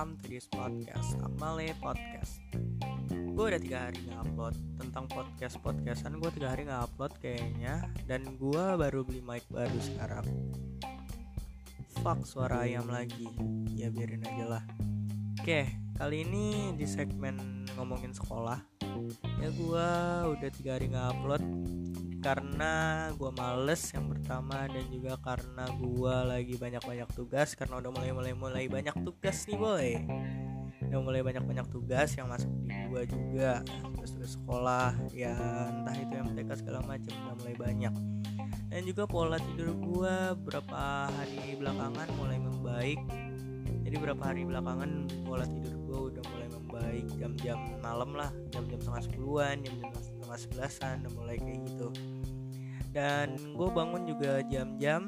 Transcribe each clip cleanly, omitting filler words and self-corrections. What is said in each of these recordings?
welcome to this podcast, Akmale Podcast. Gue udah 3 hari nge-upload tentang podcastan gue 3 hari nge-upload kayaknya. Dan gue baru beli mic baru sekarang. Fuck suara ayam lagi. Ya biarin aja lah. Oke, kali ini di segmen ngomongin sekolah. Ya gue udah 3 hari nge-upload karena gue males yang pertama, dan juga karena gue lagi banyak tugas. Karena udah mulai banyak tugas nih boy. Udah mulai banyak tugas yang masuk di gue juga, tugas sekolah ya, entah itu yang MTK segala macam udah mulai banyak. Dan juga pola tidur gue beberapa hari belakangan mulai membaik. Jadi beberapa hari belakangan pola tidur gue udah mulai membaik. Jam-jam malam lah, jam-jam setengah 10-an, jam-jam setengah 11-an udah mulai kayak gitu. Dan gue bangun juga jam-jam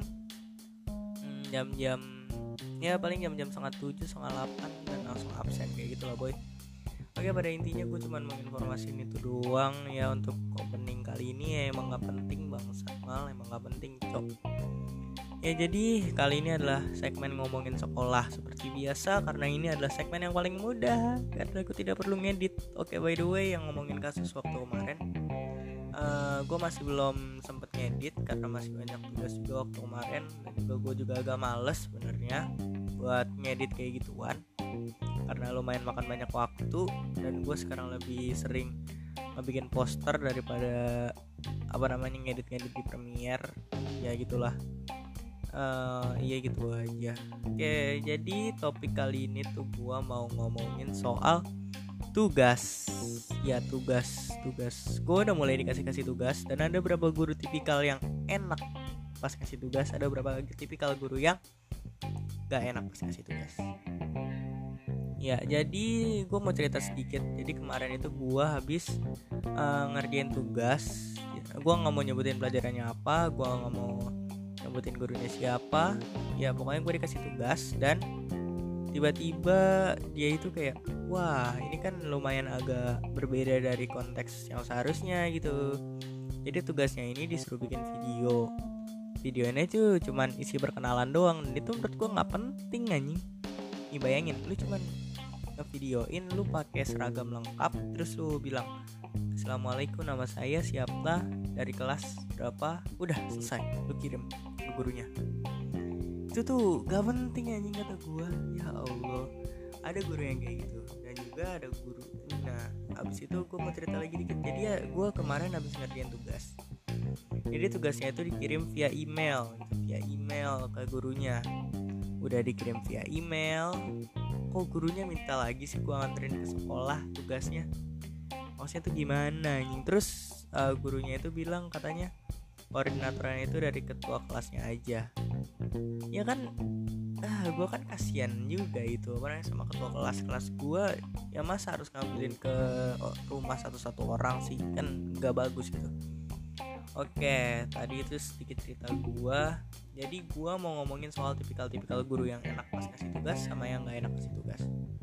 ya paling jam-jam setengah 7, setengah 8, dan langsung absen kayak gitu lah boy. Oke, pada intinya gue cuma mau informasiin itu doang ya untuk opening kali ini. Ya emang gak penting bangsat mal, emang gak penting cok. Ya jadi kali ini adalah segmen ngomongin sekolah seperti biasa, karena ini adalah segmen yang paling mudah karena aku tidak perlu ngedit. Oke, by the way, yang ngomongin kasus waktu kemarin, gue masih belum sempet ngedit karena masih banyak tugas juga waktu kemarin. Dan juga gue juga agak males sebenarnya buat ngedit kayak gituan karena lumayan makan banyak waktu. Dan gue sekarang lebih sering bikin poster daripada ngedit di Premiere. Ya gitulah. Iya gitu aja. Oke, jadi topik kali ini tuh gue mau ngomongin soal tugas. Ya tugas. Gue udah mulai dikasih tugas, dan ada beberapa guru tipikal yang enak pas kasih tugas, ada beberapa tipikal guru yang gak enak pas kasih tugas. Ya jadi gue mau cerita sedikit. Jadi kemarin itu gue habis ngerjain tugas. Gue gak mau nyebutin pelajarannya apa, gue gak mau nyebutin gurunya siapa. Ya pokoknya gue dikasih tugas, dan tiba-tiba dia itu kayak, wah ini kan lumayan agak berbeda dari konteks yang seharusnya gitu. Jadi tugasnya ini disuruh bikin videonya tuh cuman isi perkenalan doang, dan itu menurut gue nggak penting anjing. Nih bayangin, lu cuman ngevideoin lu pakai seragam lengkap, terus lu bilang assalamualaikum, nama saya siapa dari kelas berapa, udah selesai, lu kirim ke gurunya. Itu tuh gak penting anjing kata gue. Ya Allah, ada guru yang kayak gitu. Dan juga ada guru. Nah abis itu gue mau cerita lagi dikit. Jadi ya gue kemarin abis ngerjain tugas. Jadi tugasnya itu dikirim via email ke gurunya. Udah dikirim via email, kok gurunya minta lagi sih gue nganterin ke sekolah tugasnya. Maksudnya tuh gimana anjing. Terus gurunya itu bilang katanya koordinatornya itu dari ketua kelasnya aja. Ya kan, gue kan kasihan juga itu sama ketua kelas gue. Ya masa harus ngambilin ke rumah satu-satu orang sih, kan gak bagus gitu. Oke, tadi itu sedikit cerita gue. Jadi gue mau ngomongin soal tipikal guru yang enak pas kasih tugas sama yang gak enak kasih tugas.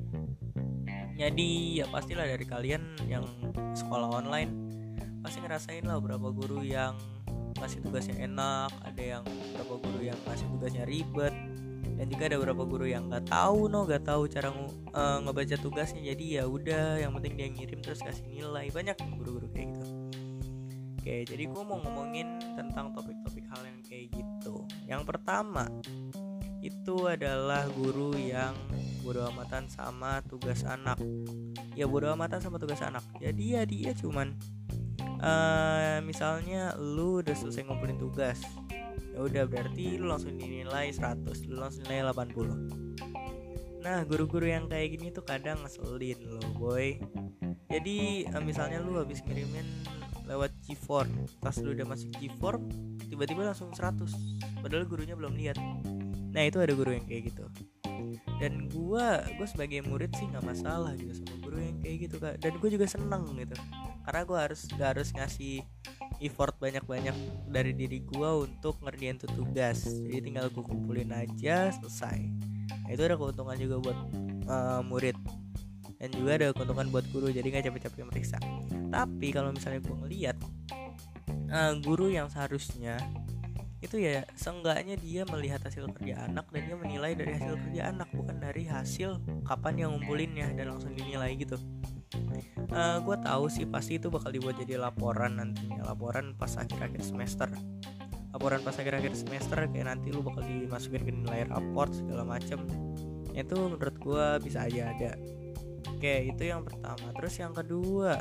Jadi ya pastilah dari kalian yang sekolah online pasti ngerasain lah beberapa guru yang ngasih tugasnya enak, ada yang beberapa guru yang ngasih tugasnya ribet, dan juga ada beberapa guru yang nggak tahu cara ngebaca tugasnya. Jadi ya udah, yang penting dia ngirim terus kasih nilai. Banyak guru-guru kayak gitu. Oke, jadi gue mau ngomongin tentang topik-topik hal yang kayak gitu. Yang pertama itu adalah guru yang bodo amatan sama tugas anak. Ya bodo amatan sama tugas anak. Jadi ya dia cuman misalnya lu udah selesai ngumpulin tugas, ya udah berarti lu langsung dinilai 100, lu langsung nilai 80. Nah guru-guru yang kayak gini tuh kadang ngeselin lo boy. Jadi misalnya lu habis ngirimin lewat G-form, pas lu udah masuk G-form tiba-tiba langsung 100, padahal gurunya belum lihat. Nah itu ada guru yang kayak gitu. Dan gue sebagai murid sih nggak masalah gitu sama guru yang kayak gitu kak. Dan gue juga seneng gitu, karena gue gak harus ngasih effort banyak dari diri gue untuk ngerjain tuh tugas. Jadi tinggal gue kumpulin aja, selesai. Nah, itu ada keuntungan juga buat murid, dan juga ada keuntungan buat guru, jadi gak capek-capek meriksa. Tapi kalau misalnya gue ngeliat guru yang seharusnya itu ya seenggaknya dia melihat hasil kerja anak dan dia menilai dari hasil kerja anak, bukan dari hasil kapan yang ngumpulinnya dan langsung dinilai gitu. Gue tahu sih pasti itu bakal dibuat jadi laporan nantinya, laporan pas akhir-akhir semester. Laporan pas akhir-akhir semester kayak nanti lu bakal dimasukin ke nilai raport segala macem. Itu menurut gue bisa aja ada. Oke, itu yang pertama. Terus yang kedua,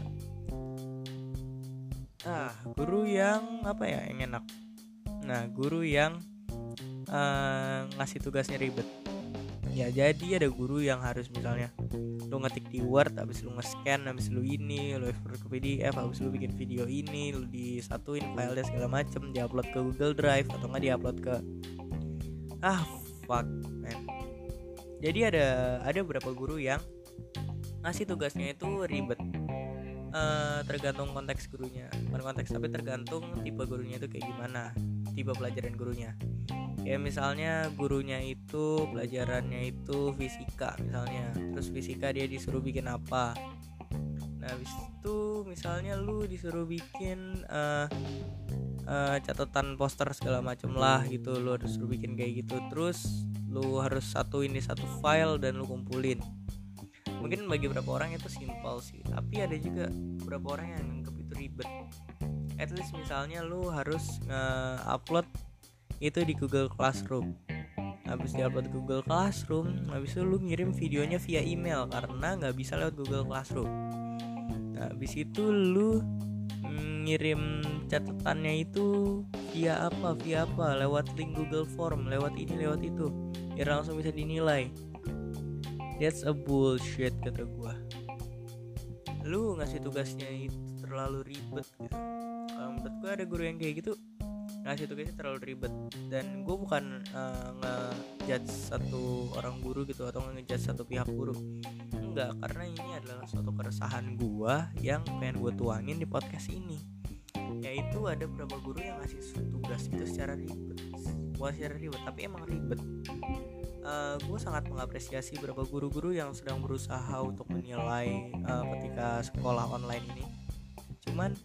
guru yang apa ya yang enak. Nah, guru yang ngasih tugasnya ribet. Ya jadi ada guru yang harus misalnya lu ngetik di Word, habis lu nge-scan, habis lu ini, lu export ke PDF, habis lu bikin video ini, lu disatuin filenya segala macem, diupload ke Google Drive atau nggak diupload ke fuck man. Jadi ada beberapa guru yang ngasih tugasnya itu ribet. Tergantung konteks gurunya, bukan konteks tapi tergantung tipe gurunya itu kayak gimana, tipe pelajaran gurunya. Kayak misalnya gurunya itu pelajarannya itu fisika misalnya, terus fisika dia disuruh bikin apa. Nah habis itu misalnya lu disuruh bikin catatan poster segala macem lah gitu, lu harus suruh bikin kayak gitu, terus lu harus satuin di satu file dan lu kumpulin. Mungkin bagi beberapa orang itu simple sih, tapi ada juga beberapa orang yang anggap itu ribet. At least misalnya lu harus nge-upload itu di Google Classroom. Habis di-upload Google Classroom, habis itu lu ngirim videonya via email karena nggak bisa lewat Google Classroom. Nah, habis itu lu ngirim catatannya itu via apa? Lewat link Google Form, lewat ini, lewat itu. Biar langsung bisa dinilai. That's a bullshit kata gua. Lu ngasih tugasnya itu terlalu ribet gitu. Kalau menurut gua ada guru yang kayak gitu ngasih tugasnya terlalu ribet. Dan gue bukan nge-judge satu orang guru gitu atau nge-judge satu pihak guru. Enggak, karena ini adalah suatu keresahan gue yang pengen gue tuangin di podcast ini. Yaitu ada beberapa guru yang ngasih tugas itu secara ribet. Bukan secara ribet, tapi emang ribet. Gue sangat mengapresiasi beberapa guru-guru yang sedang berusaha untuk menilai ketika sekolah online ini. Cuman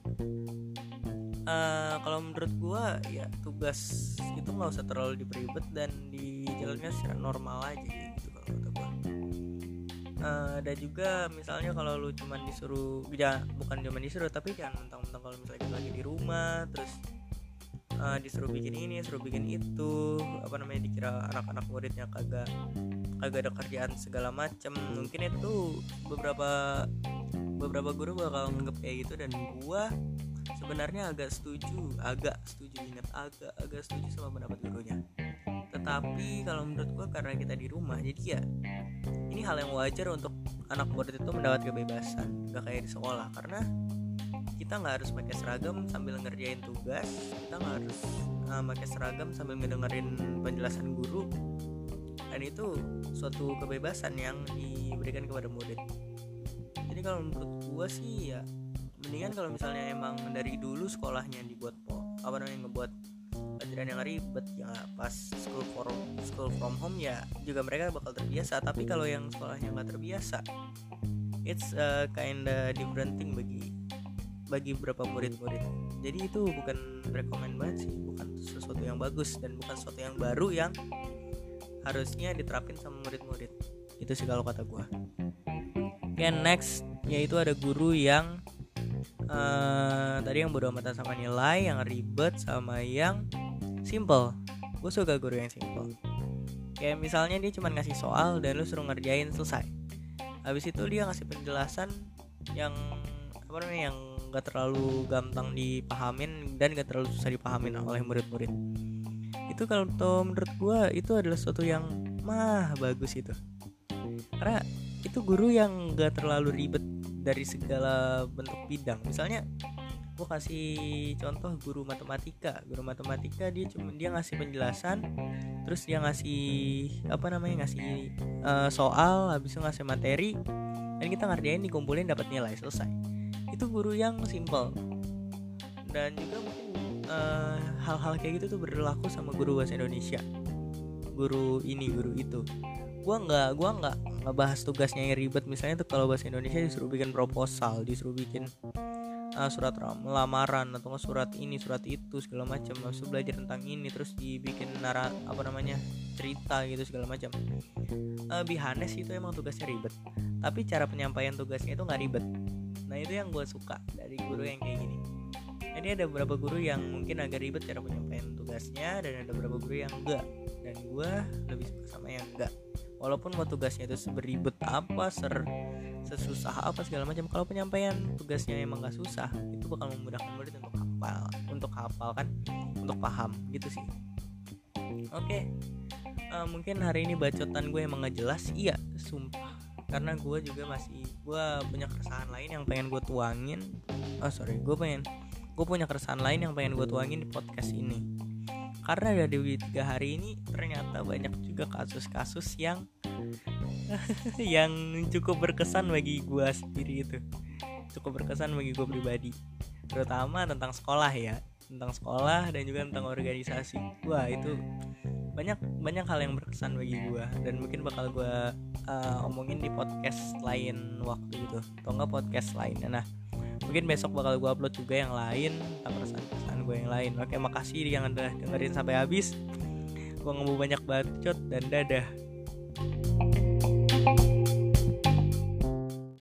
kalau menurut gue ya tugas itu nggak usah terlalu diperibet dan dijalankan secara normal aja gitu kalau kata gue. Dan juga misalnya kalau lu cuman disuruh, bukan cuman disuruh tapi jangan mentang-mentang kalau misalnya kita lagi di rumah terus disuruh bikin ini, suruh bikin itu, dikira anak-anak muridnya kagak ada kerjaan segala macem. Mungkin itu beberapa guru bakal nganggep kayak gitu, dan gua sebenarnya agak setuju sama pendapat gurunya. Tetapi kalau menurut gua karena kita di rumah, jadi ya ini hal yang wajar untuk anak murid itu mendapat kebebasan, gak kayak di sekolah, karena kita nggak harus pakai seragam sambil ngerjain tugas, kita nggak harus pakai seragam sambil ngedengerin penjelasan guru, dan itu suatu kebebasan yang diberikan kepada murid. Jadi kalau menurut gua sih ya mendingan kalau misalnya emang dari dulu sekolahnya dibuat ngebuat pelajaran yang ribet, ya pas school from home ya juga mereka bakal terbiasa. Tapi kalau yang sekolahnya nggak terbiasa, it's kinda different thing bagi beberapa murid-murid. Jadi itu bukan rekomend banget sih, bukan sesuatu yang bagus dan bukan sesuatu yang baru yang harusnya diterapin sama murid-murid. Itu sih kalau kata gue. Oke, next yaitu ada guru yang tadi yang bodo amatan sama nilai, yang ribet sama yang simple. Gue suka guru yang simple. Kayak misalnya dia cuma ngasih soal dan lu suruh ngerjain selesai. Habis itu dia ngasih penjelasan yang yang gak terlalu gampang dipahamin dan gak terlalu susah dipahamin oleh murid-murid. Itu kalau menurut gue itu adalah sesuatu yang bagus itu. Karena itu guru yang gak terlalu ribet dari segala bentuk bidang. Misalnya gue kasih contoh guru matematika dia ngasih penjelasan, terus dia ngasih soal, habis itu ngasih materi, dan kita ngerjain, dikumpulin, dapat nilai, selesai. Itu guru yang simple. Dan juga mungkin hal-hal kayak gitu tuh berlaku sama guru bahasa Indonesia, guru ini, guru itu. Gua nggak bahas tugasnya yang ribet. Misalnya tuh kalau bahasa Indonesia disuruh bikin proposal, disuruh bikin surat lamaran atau nggak surat ini surat itu segala macam, habis itu belajar tentang ini terus dibikin cerita gitu segala macam. Bihanes itu emang tugasnya ribet, tapi cara penyampaian tugasnya itu nggak ribet. Nah itu yang gue suka dari guru yang kayak gini. Jadi ada beberapa guru yang mungkin agak ribet cara penyampaian tugasnya, dan ada beberapa guru yang enggak, dan gue lebih suka sama yang enggak. Walaupun mau tugasnya itu seberibet apa, sesusah apa segala macam, kalau penyampaian tugasnya emang gak susah, itu bakal memudahkan murid untuk hafal kan, untuk paham gitu sih. Oke. Mungkin hari ini bacotan gue emang gak jelas, iya sumpah, karena gue punya keresahan lain yang pengen gue tuangin. Gue punya keresahan lain yang pengen gue tuangin di podcast ini. Karena dari 3 hari ini ternyata banyak juga kasus-kasus yang yang cukup berkesan bagi gue sendiri, itu cukup berkesan bagi gue pribadi, terutama tentang sekolah ya, tentang sekolah dan juga tentang organisasi. Wah itu banyak hal yang berkesan bagi gue, dan mungkin bakal gue omongin di podcast lain waktu itu, atau enggak podcast lain. Nah mungkin besok bakal gue upload juga yang lain tentang keresahan gue yang lain. Oke, makasih yang udah dengerin sampai habis. Gue ngomong banyak bacot dan dadah.